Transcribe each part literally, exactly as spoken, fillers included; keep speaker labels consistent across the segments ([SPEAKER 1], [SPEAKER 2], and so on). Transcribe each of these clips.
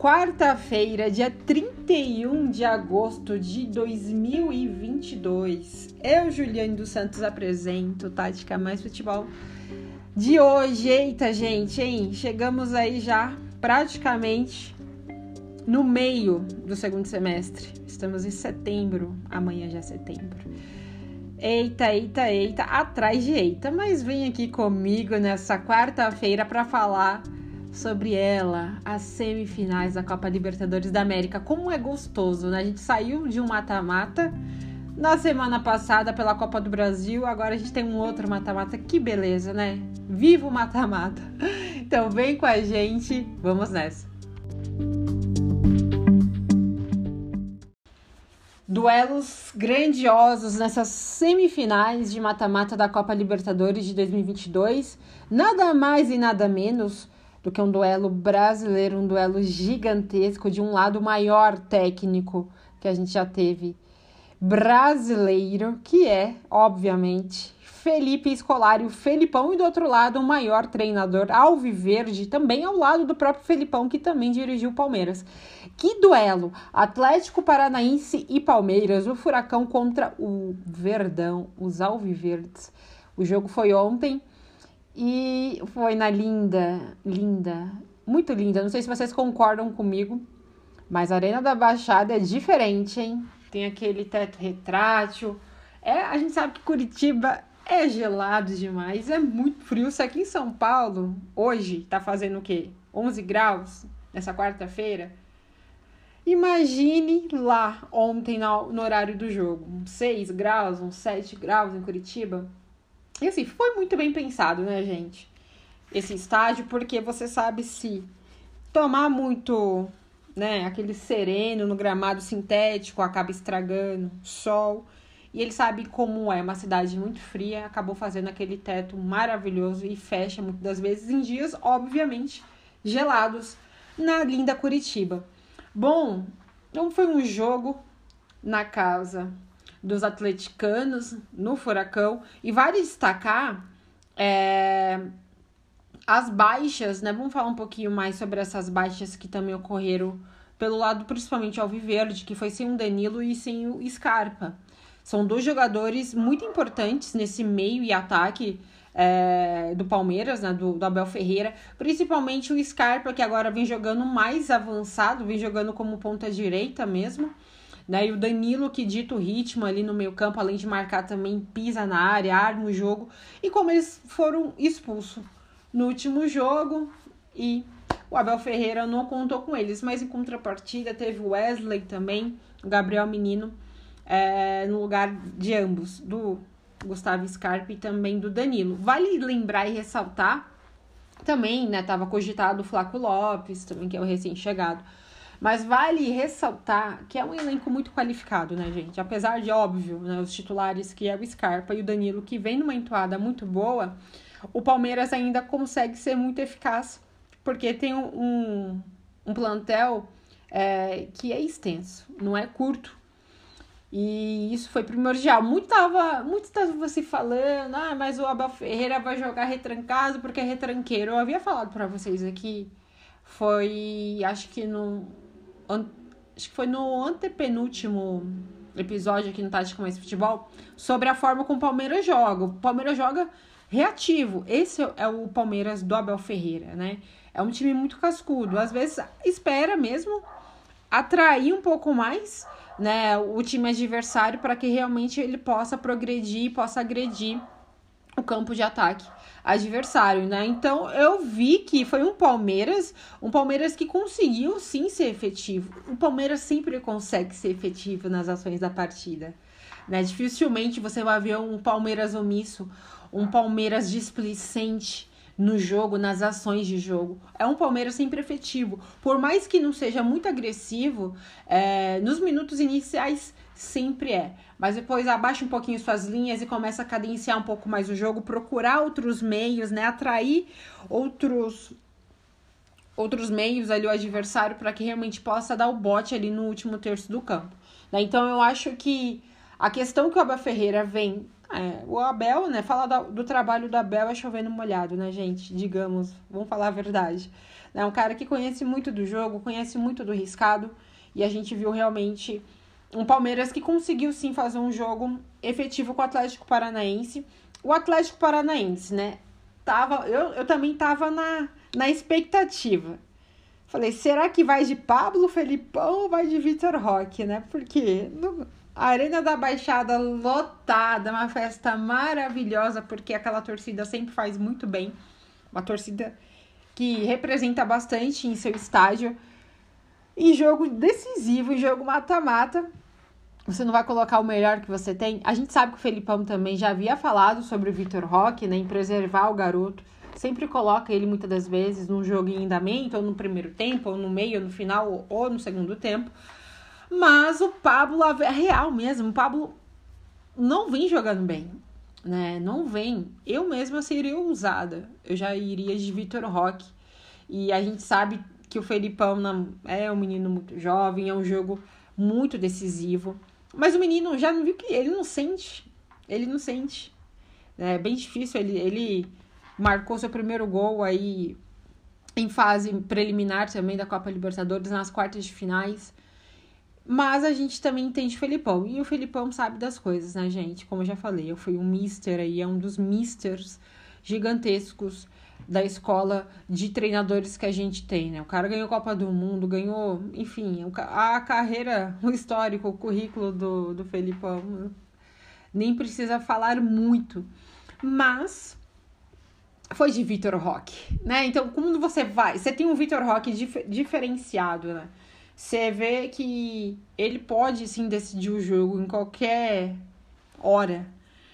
[SPEAKER 1] quarta-feira, dia trinta e um de agosto de dois mil e vinte e dois. Eu, Juliane dos Santos, apresento Tática Mais Futebol de hoje. Eita, gente, hein? Chegamos aí já praticamente no meio do segundo semestre. Estamos em setembro, amanhã já é setembro. Eita, eita, eita, atrás de eita. Mas vem aqui comigo nessa quarta-feira para falar sobre ela, as semifinais da Copa Libertadores da América. Como é gostoso, né? A gente saiu de um mata-mata na semana passada pela Copa do Brasil, agora a gente tem um outro mata-mata. Que beleza, né? Viva o mata-mata! Então vem com a gente, vamos nessa! Duelos grandiosos nessas semifinais de mata-mata da Copa Libertadores de dois mil e vinte e dois. Nada mais e nada menos do que um duelo brasileiro, um duelo gigantesco, de um lado o maior técnico que a gente já teve brasileiro, que é, obviamente, Felipe Scolari, o Felipão, e do outro lado o maior treinador alviverde, também ao lado do próprio Felipão, que também dirigiu o Palmeiras. Que duelo! Atlético Paranaense e Palmeiras, o Furacão contra o Verdão, os alviverdes. O jogo foi ontem e foi na linda, linda, muito linda, não sei se vocês concordam comigo, mas a Arena da Baixada é diferente, hein? Tem aquele teto retrátil. É, a gente sabe que Curitiba é gelado demais, é muito frio. Se aqui em São Paulo, hoje, tá fazendo o quê? onze graus nessa quarta-feira. Imagine lá ontem no, no horário do jogo, uns seis graus, uns sete graus em Curitiba. E assim, foi muito bem pensado, né, gente? Esse estádio, porque você sabe, se tomar muito, né, aquele sereno no gramado sintético, acaba estragando, sol. E ele sabe como é uma cidade muito fria, acabou fazendo aquele teto maravilhoso e fecha muitas das vezes em dias, obviamente, gelados na linda Curitiba. Bom, então foi um jogo na casa dos atleticanos, no Furacão, e vale destacar é, as baixas, né? Vamos falar um pouquinho mais sobre essas baixas que também ocorreram pelo lado, principalmente alviverde, que foi sem o Danilo e sem o Scarpa. São dois jogadores muito importantes nesse meio e ataque é, do Palmeiras, né, do, do Abel Ferreira, principalmente o Scarpa, que agora vem jogando mais avançado, vem jogando como ponta direita mesmo, né, e o Danilo, que dita o ritmo ali no meio campo, além de marcar também, pisa na área, arma o jogo, e como eles foram expulsos no último jogo, e o Abel Ferreira não contou com eles, mas em contrapartida teve o Wesley também, o Gabriel Menino, É, no lugar de ambos, do Gustavo Scarpa e também do Danilo. Vale lembrar e ressaltar também, né, tava cogitado o Flaco Lopes, também, que é o recém-chegado, mas vale ressaltar que é um elenco muito qualificado, né, gente? Apesar de, óbvio, né, os titulares, que é o Scarpa e o Danilo, que vem numa entoada muito boa, o Palmeiras ainda consegue ser muito eficaz, porque tem um, um plantel é, que é extenso, não é curto. E isso foi primordial. Muito estava muito tava se falando, ah, mas o Abel Ferreira vai jogar retrancado porque é retranqueiro. Eu havia falado para vocês aqui, foi, acho que no acho que foi no antepenúltimo episódio aqui no Tática Mais Futebol, sobre a forma como o Palmeiras joga. O Palmeiras joga reativo. Esse é o Palmeiras do Abel Ferreira, né? É um time muito cascudo. Às vezes espera mesmo atrair um pouco mais, né, o time adversário, para que realmente ele possa progredir, possa agredir o campo de ataque adversário, né? Então eu vi que foi um Palmeiras, um Palmeiras que conseguiu sim ser efetivo. O Palmeiras sempre consegue ser efetivo nas ações da partida, né? Dificilmente você vai ver um Palmeiras omisso, um Palmeiras displicente no jogo, nas ações de jogo. É um Palmeiras sempre efetivo. Por mais que não seja muito agressivo, é, nos minutos iniciais sempre é. Mas depois abaixa um pouquinho suas linhas e começa a cadenciar um pouco mais o jogo, procurar outros meios, né? Atrair outros, outros meios ali, o adversário, para que realmente possa dar o bote ali no último terço do campo, né? Então eu acho que a questão que o Abel Ferreira vem É, o Abel, né? Falar do, do trabalho do Abel é chovendo molhado, né, gente? Digamos, vamos falar a verdade. É um cara que conhece muito do jogo, conhece muito do riscado, e a gente viu realmente um Palmeiras que conseguiu sim fazer um jogo efetivo com o Atlético Paranaense. O Atlético Paranaense, né? Tava, eu, eu também tava na, na expectativa. Falei, será que vai de Pablo, Felipão ou vai de Vitor Roque, né? Porque no, a Arena da Baixada lotada, uma festa maravilhosa, porque aquela torcida sempre faz muito bem. Uma torcida que representa bastante em seu estádio. Em jogo decisivo, em jogo mata-mata, você não vai colocar o melhor que você tem. A gente sabe que o Felipão também já havia falado sobre o Vitor Roque, né, em preservar o garoto. Sempre coloca ele muitas das vezes num jogo em andamento, ou no primeiro tempo, ou no meio, ou no final, ou no segundo tempo. Mas o Pablo é real mesmo. O Pablo não vem jogando bem, né? Não vem. Eu mesma seria ousada. Eu já iria de Vitor Roque. E a gente sabe que o Felipão não, é um menino muito jovem, é um jogo muito decisivo. Mas o menino já não viu que ele não sente. Ele não sente. É bem difícil. Ele, ele marcou seu primeiro gol aí em fase preliminar também da Copa Libertadores, nas quartas de finais. Mas a gente também entende o Felipão. E o Felipão sabe das coisas, né, gente? Como eu já falei, eu fui um mister aí, é um dos misters gigantescos da escola de treinadores que a gente tem, né? O cara ganhou Copa do Mundo, ganhou, enfim, a carreira, o histórico, o currículo do, do Felipão. Nem precisa falar muito. Mas foi de Vitor Roque, né? Então, quando você vai... Você tem um Vitor Roque dif- diferenciado, né? Você vê que ele pode, sim, decidir o jogo em qualquer hora.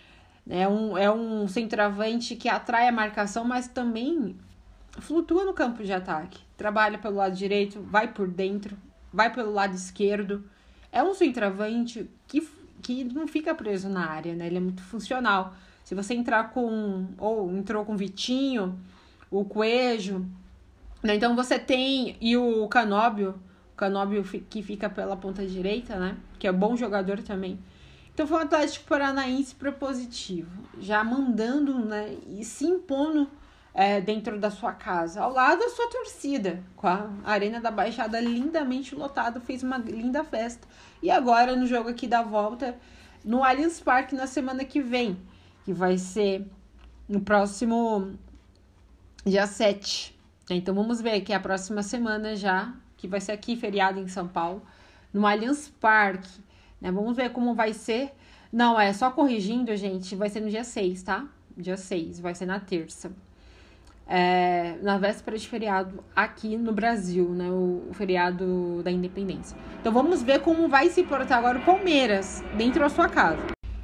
[SPEAKER 1] É um, é um centroavante que atrai a marcação, mas também flutua no campo de ataque. Trabalha pelo lado direito, vai por dentro, vai pelo lado esquerdo. É um centroavante que, que não fica preso na área, né? Ele é muito funcional. Se você entrar com... Ou entrou com o Vitinho, o Coelho, né? Então você tem... E o Canóbio... Canóbio que fica pela ponta direita, né? Que é bom jogador também. Então foi um Atlético Paranaense propositivo, já mandando, né? E se impondo é, dentro da sua casa, ao lado da sua torcida, com a Arena da Baixada lindamente lotada, fez uma linda festa. E agora no jogo aqui da volta, no Allianz Parque, na semana que vem, que vai ser no próximo dia sete. Então vamos ver que é a próxima semana já, que vai ser aqui, feriado em São Paulo, no Allianz Parque, né? Vamos ver como vai ser. Não, é só corrigindo, gente, vai ser no dia seis, tá? Dia seis, vai ser na terça. É, na véspera de feriado aqui no Brasil, né? O, o feriado da Independência. Então vamos ver como vai se portar agora o Palmeiras dentro da sua casa.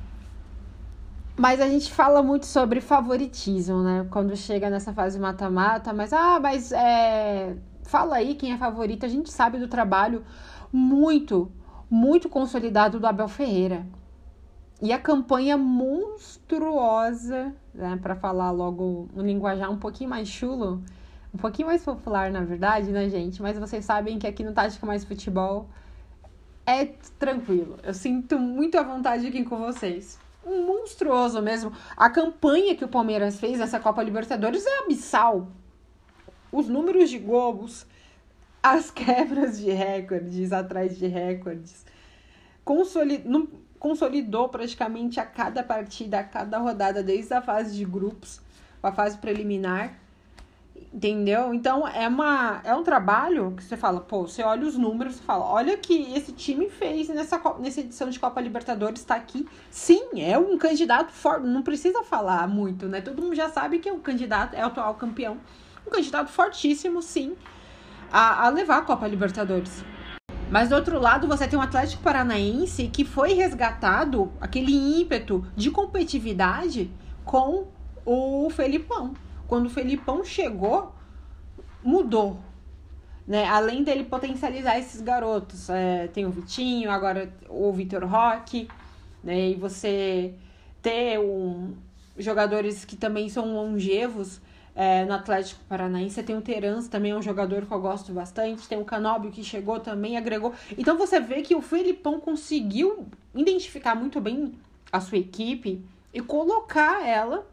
[SPEAKER 1] Mas a gente fala muito sobre favoritismo, né? Quando chega nessa fase mata-mata, mas, ah, mas é... Fala aí quem é favorito. A gente sabe do trabalho muito, muito consolidado do Abel Ferreira. E a campanha monstruosa, né, para falar logo um linguajar um pouquinho mais chulo, um pouquinho mais popular, na verdade, né, gente? Mas vocês sabem que aqui no Tática Mais Futebol é tranquilo. Eu sinto muito à vontade aqui com vocês. Um monstruoso mesmo. A campanha que o Palmeiras fez nessa Copa Libertadores é abissal. Os números de gols, as quebras de recordes atrás de recordes, consolidou, consolidou praticamente a cada partida, a cada rodada, desde a fase de grupos, a fase preliminar, entendeu? Então, é, uma, é um trabalho que você fala, pô, você olha os números, você fala, olha o que esse time fez nessa, nessa edição de Copa Libertadores, está aqui. Sim, é um candidato forte, não precisa falar muito, né? Todo mundo já sabe que é um candidato, é o atual campeão. Um candidato fortíssimo, sim, a, a levar a Copa Libertadores. Mas do outro lado, você tem um Atlético Paranaense que foi resgatado, aquele ímpeto de competitividade com o Felipão. Quando o Felipão chegou, mudou, né? Além dele potencializar esses garotos, é, tem o Vitinho, agora o Vitor Roque, né? E você ter um, jogadores que também são longevos. É, no Atlético Paranaense, você tem o Terans, também é um jogador que eu gosto bastante, tem o Canóbio que chegou também, agregou. Então você vê que o Felipão conseguiu identificar muito bem a sua equipe, e colocar ela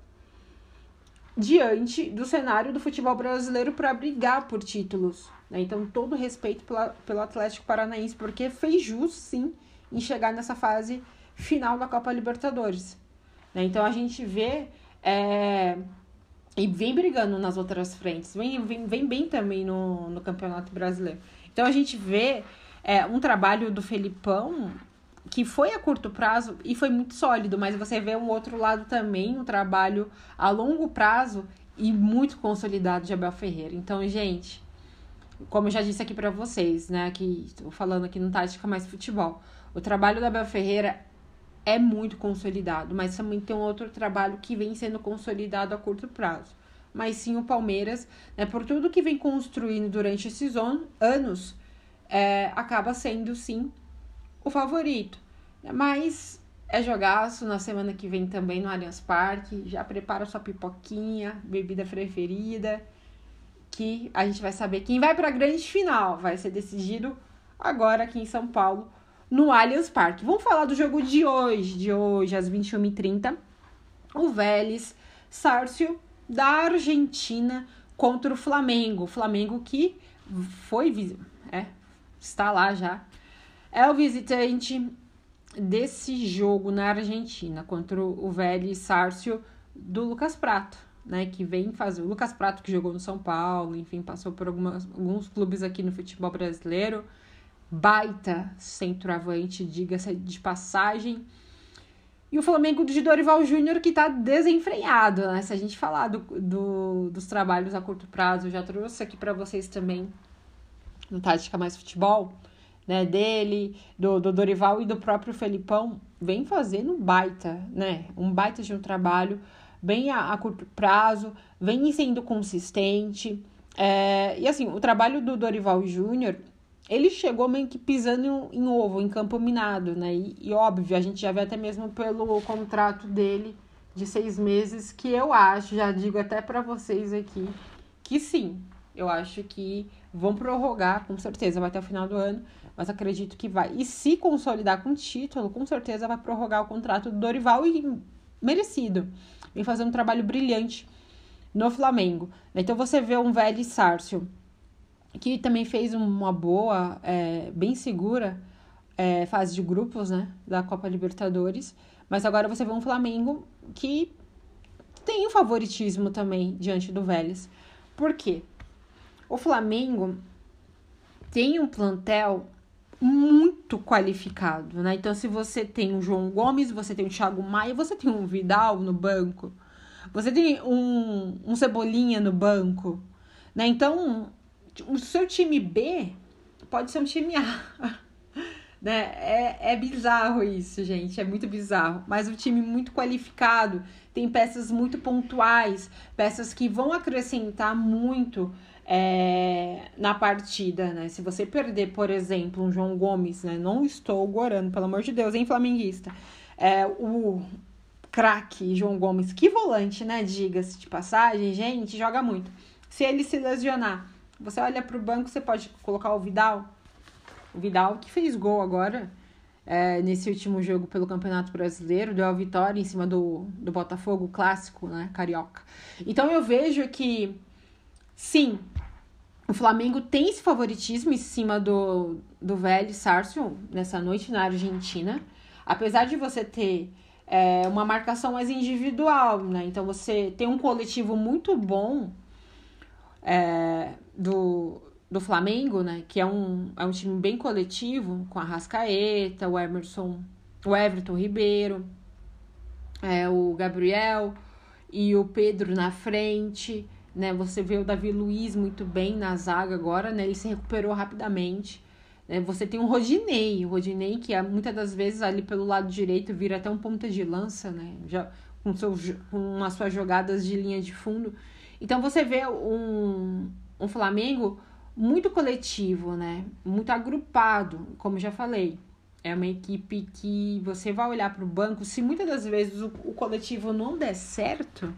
[SPEAKER 1] diante do cenário do futebol brasileiro para brigar por títulos, né? Então, todo respeito pela, pelo Atlético Paranaense, porque fez jus, sim, em chegar nessa fase final da Copa Libertadores, né? Então, a gente vê é, e vem brigando nas outras frentes, vem, vem, vem bem também no, no Campeonato Brasileiro. Então, a gente vê é, um trabalho do Felipão que foi a curto prazo e foi muito sólido, mas você vê um outro lado também, um trabalho a longo prazo e muito consolidado de Abel Ferreira. Então, gente, como eu já disse aqui para vocês, né, aqui, estou falando aqui no Tática Mais Futebol, o trabalho da Abel Ferreira é muito consolidado, mas também tem um outro trabalho que vem sendo consolidado a curto prazo. Mas sim o Palmeiras, né, por tudo que vem construindo durante esses on- anos, é, acaba sendo, sim, o favorito. Mas é jogaço na semana que vem também no Allianz Parque. Já prepara sua pipoquinha, bebida preferida, que a gente vai saber quem vai para a grande final. Vai ser decidido agora aqui em São Paulo, no Allianz Parque. Vamos falar do jogo de hoje, de hoje às vinte e uma e trinta. O Vélez Sarsfield da Argentina contra o Flamengo. O Flamengo que foi, é, está lá já. É o visitante desse jogo na Argentina contra o Vélez Sarsfield do Lucas Prato, né? Que vem fazer. O Lucas Prato que jogou no São Paulo, enfim, passou por algumas, alguns clubes aqui no futebol brasileiro. Baita centroavante, diga-se de passagem. E o Flamengo de Dorival Júnior que tá desenfreado, né? Se a gente falar do, do, dos trabalhos a curto prazo, eu já trouxe aqui para vocês também no Tática Mais Futebol, né, dele, do, do Dorival e do próprio Felipão, vem fazendo um baita, né, um baita de um trabalho, bem a, a curto prazo, vem sendo consistente, é, e assim, o trabalho do Dorival Júnior, ele chegou meio que pisando em, em ovo, em campo minado, né, e, e óbvio, a gente já vê até mesmo pelo contrato dele de seis meses, que eu acho, já digo até para vocês aqui, que sim, eu acho que vão prorrogar, com certeza, vai até o final do ano, mas acredito que vai. E se consolidar com título, com certeza vai prorrogar o contrato do Dorival e merecido. Vem fazer um trabalho brilhante no Flamengo. Então você vê um Vélez Sarsfield, que também fez uma boa, é, bem segura é, fase de grupos, né, da Copa Libertadores. Mas agora você vê um Flamengo que tem um favoritismo também diante do Vélez. Por quê? O Flamengo tem um plantel muito qualificado, né? Então, se você tem o João Gomes, você tem o Thiago Maia, você tem um Vidal no banco, você tem um, um Cebolinha no banco, né? Então, o seu time B pode ser um time A, né? É, é bizarro isso, gente, é muito bizarro. Mas um time muito qualificado, tem peças muito pontuais, peças que vão acrescentar muito É, na partida, né? Se você perder, por exemplo, um João Gomes, né? Não estou gorando, pelo amor de Deus, hein, flamenguista? É, o craque João Gomes, que volante, né? Diga-se de passagem, gente, joga muito. Se ele se lesionar, você olha pro banco, você pode colocar o Vidal. O Vidal que fez gol agora, é, nesse último jogo pelo Campeonato Brasileiro, deu a vitória em cima do, do Botafogo, clássico, né? Carioca. Então eu vejo que, sim, o Flamengo tem esse favoritismo em cima do, do Vélez Sarsfield nessa noite na Argentina. Apesar de você ter é, uma marcação mais individual, né? Então você tem um coletivo muito bom é, do, do Flamengo, né? Que é um, é um time bem coletivo, com a Arrascaeta, o Emerson, o Everton Ribeiro, é, o Gabriel e o Pedro na frente, né? Você vê o Davi Luiz muito bem na zaga agora, né? Ele se recuperou rapidamente, né? Você tem o Rodinei, o Rodinei que é, muitas das vezes ali pelo lado direito vira até um ponta de lança, né? Já com, seu, com as suas jogadas de linha de fundo. Então você vê um, um Flamengo muito coletivo, né? Muito agrupado, como já falei. É uma equipe que você vai olhar para o banco, se muitas das vezes o, o coletivo não der certo,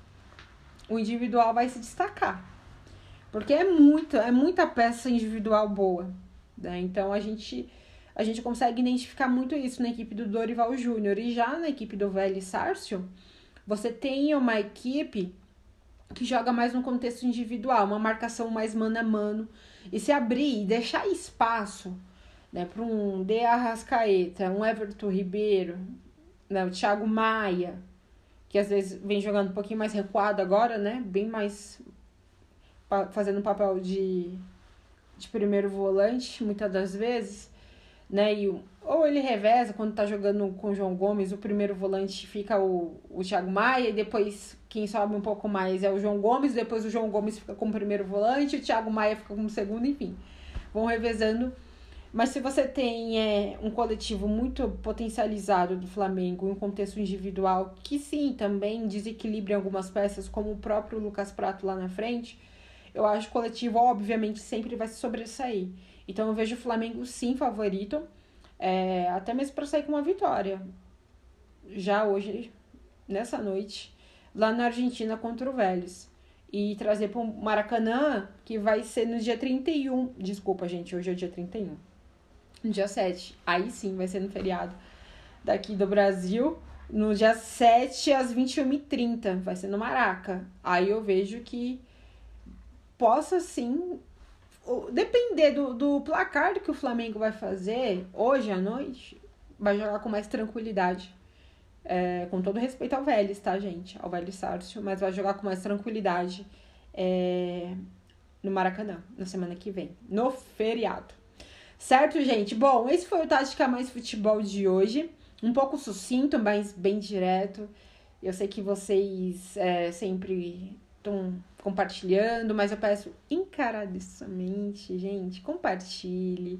[SPEAKER 1] o individual vai se destacar. Porque é, muito, é muita peça individual boa, né? Então a gente a gente consegue identificar muito isso na equipe do Dorival Júnior. E já na equipe do Vélez Sarsfield, você tem uma equipe que joga mais no contexto individual, uma marcação mais mano a mano. E se abrir e deixar espaço, né, para um De Arrascaeta, um Everton Ribeiro, né, o Thiago Maia, que às vezes vem jogando um pouquinho mais recuado agora, né, bem mais fazendo papel de, de primeiro volante, muitas das vezes, né, e ou ele reveza quando tá jogando com o João Gomes, o primeiro volante fica o, o Thiago Maia, e depois quem sobe um pouco mais é o João Gomes, depois o João Gomes fica como primeiro volante, o Thiago Maia fica como segundo, enfim, vão revezando. Mas se você tem é, um coletivo muito potencializado do Flamengo, em um contexto individual, que sim, também desequilibra algumas peças, como o próprio Lucas Prato lá na frente, eu acho que o coletivo, obviamente, sempre vai se sobressair. Então eu vejo o Flamengo, sim, favorito, é, até mesmo para sair com uma vitória. Já hoje, nessa noite, lá na Argentina contra o Vélez. E trazer para o Maracanã, que vai ser no dia trinta e um. Desculpa, gente, hoje é o dia trinta e um. No dia sete. Aí sim, vai ser no feriado daqui do Brasil. No dia sete, às vinte e uma e trinta. Vai ser no Maraca. Aí eu vejo que possa sim... Depender do, do placar que o Flamengo vai fazer hoje à noite, vai jogar com mais tranquilidade. É, com todo respeito ao Vélez, tá, gente? Ao Vélez Sarsfield, mas vai jogar com mais tranquilidade é, no Maracanã, na semana que vem, no feriado. Certo, gente? Bom, esse foi o Tática Mais Futebol de hoje. Um pouco sucinto, mas bem direto. Eu sei que vocês é, sempre estão compartilhando, mas eu peço encarecidamente, gente, compartilhe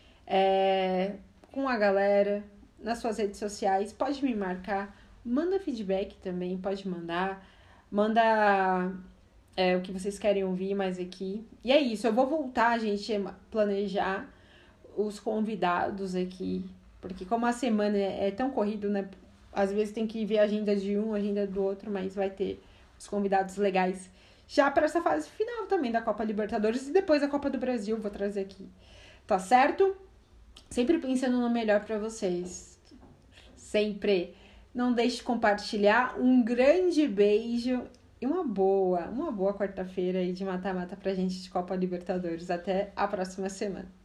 [SPEAKER 1] é, com a galera nas suas redes sociais, pode me marcar, manda feedback também, pode mandar, manda é, o que vocês querem ouvir mais aqui. E é isso, eu vou voltar, gente, a planejar os convidados aqui, porque como a semana é, é tão corrido, né, às vezes tem que ver a agenda de um, a agenda do outro, mas vai ter os convidados legais já para essa fase final também da Copa Libertadores e depois a Copa do Brasil, vou trazer aqui, tá certo? Sempre pensando no melhor para vocês. Sempre. Não deixe de compartilhar. Um grande beijo e uma boa, uma boa quarta-feira aí de mata-mata pra gente de Copa Libertadores. Até a próxima semana.